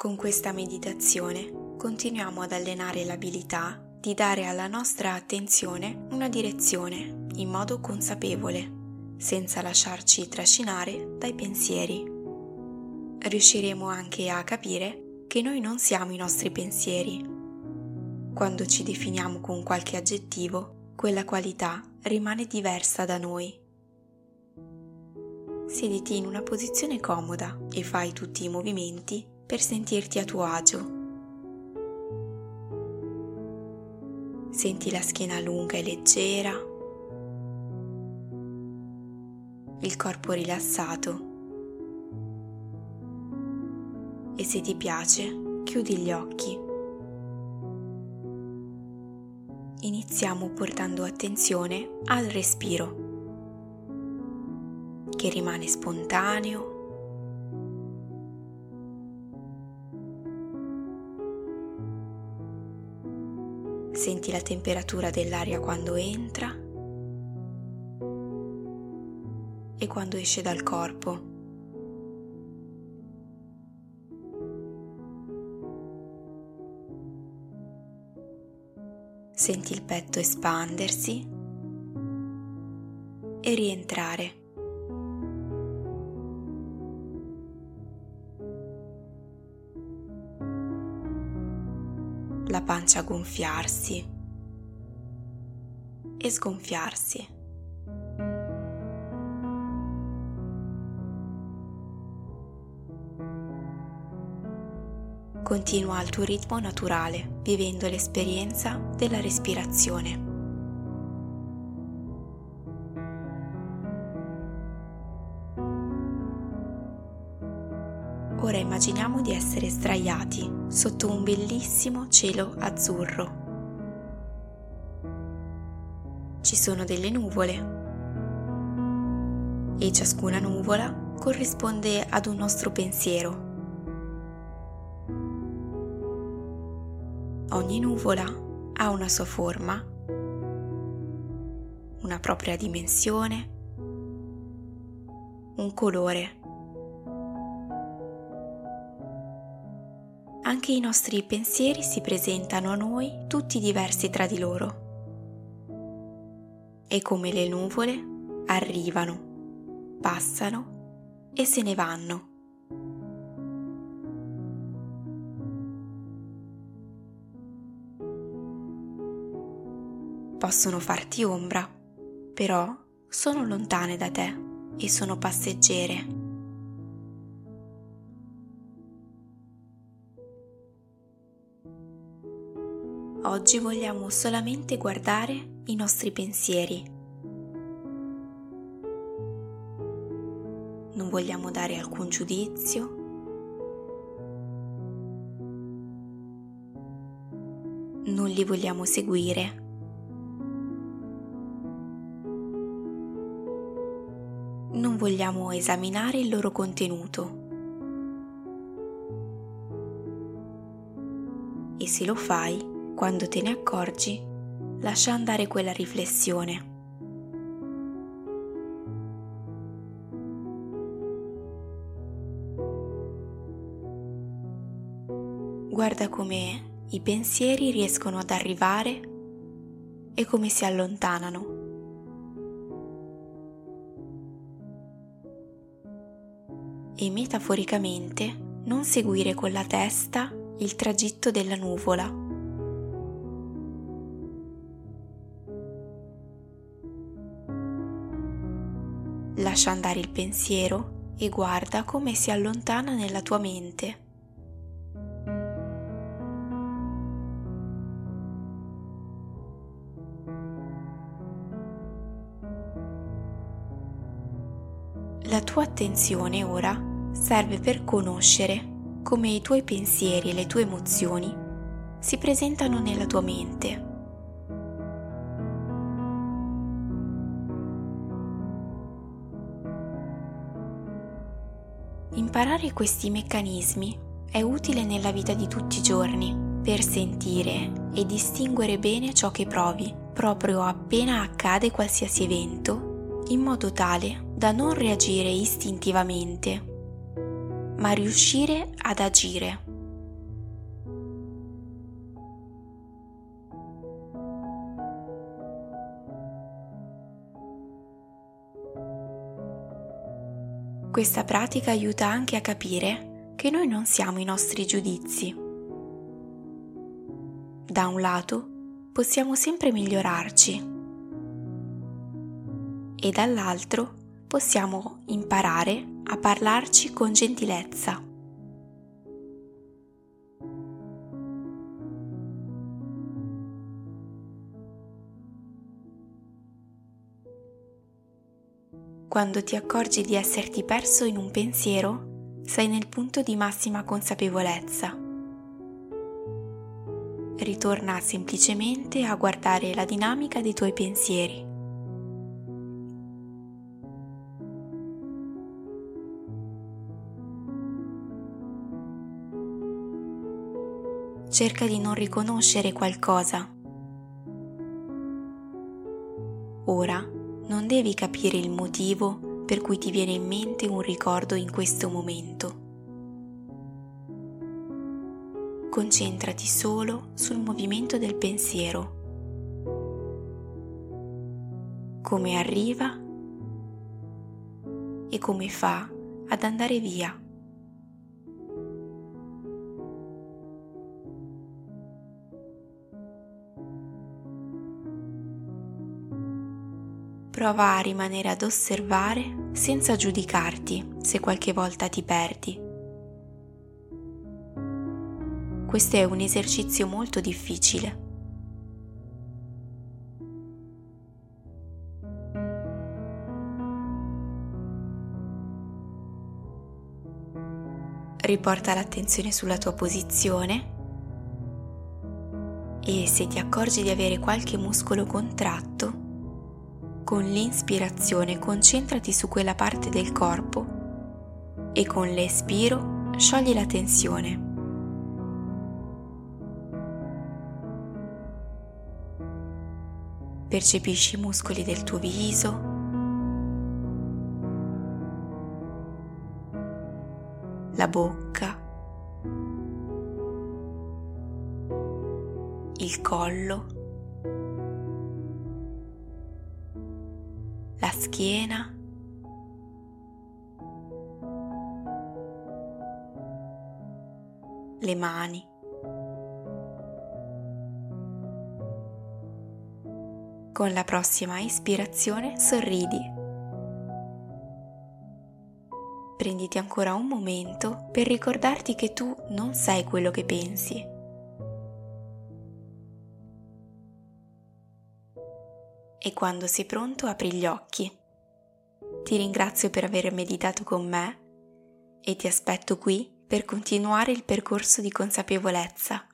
Con questa meditazione continuiamo ad allenare l'abilità di dare alla nostra attenzione una direzione in modo consapevole, senza lasciarci trascinare dai pensieri. Riusciremo anche a capire che noi non siamo i nostri pensieri. Quando ci definiamo con qualche aggettivo, quella qualità rimane diversa da noi. Siediti in una posizione comoda e fai tutti i movimenti per sentirti a tuo agio. Senti la schiena lunga e leggera, il corpo rilassato e se ti piace chiudi gli occhi. Iniziamo portando attenzione al respiro, che rimane spontaneo. Senti la temperatura dell'aria quando entra e quando esce dal corpo. Senti il petto espandersi e rientrare. La pancia gonfiarsi e sgonfiarsi. Continua al tuo ritmo naturale, vivendo l'esperienza della respirazione. Ora immaginiamo di essere sdraiati sotto un bellissimo cielo azzurro. Ci sono delle nuvole e ciascuna nuvola corrisponde ad un nostro pensiero. Ogni nuvola ha una sua forma, una propria dimensione, un colore. Anche i nostri pensieri si presentano a noi tutti diversi tra di loro. E come le nuvole arrivano, passano e se ne vanno. Possono farti ombra, però sono lontane da te e sono passeggere. Oggi vogliamo solamente guardare i nostri pensieri. Non vogliamo dare alcun giudizio. Non li vogliamo seguire. Non vogliamo esaminare il loro contenuto. E se lo fai, quando te ne accorgi, lascia andare quella riflessione. Guarda come i pensieri riescono ad arrivare e come si allontanano. E metaforicamente non seguire con la testa il tragitto della nuvola. Lascia andare il pensiero e guarda come si allontana nella tua mente. La tua attenzione ora serve per conoscere come i tuoi pensieri e le tue emozioni si presentano nella tua mente. Imparare questi meccanismi è utile nella vita di tutti i giorni per sentire e distinguere bene ciò che provi proprio appena accade qualsiasi evento, in modo tale da non reagire istintivamente, ma riuscire ad agire. Questa pratica aiuta anche a capire che noi non siamo i nostri giudizi. Da un lato, possiamo sempre migliorarci e dall'altro possiamo imparare a parlarci con gentilezza. Quando ti accorgi di esserti perso in un pensiero, sei nel punto di massima consapevolezza. Ritorna semplicemente a guardare la dinamica dei tuoi pensieri. Cerca di non riconoscere qualcosa. Ora non devi capire il motivo per cui ti viene in mente un ricordo in questo momento. Concentrati solo sul movimento del pensiero. Come arriva e come fa ad andare via. Prova a rimanere ad osservare senza giudicarti se qualche volta ti perdi. Questo è un esercizio molto difficile. Riporta l'attenzione sulla tua posizione e se ti accorgi di avere qualche muscolo contratto, con l'inspirazione concentrati su quella parte del corpo e con l'espiro sciogli la tensione. Percepisci i muscoli del tuo viso, la bocca, il collo, la schiena, le mani. Con la prossima ispirazione sorridi. Prenditi ancora un momento per ricordarti che tu non sei quello che pensi. E quando sei pronto apri gli occhi. Ti ringrazio per aver meditato con me e ti aspetto qui per continuare il percorso di consapevolezza.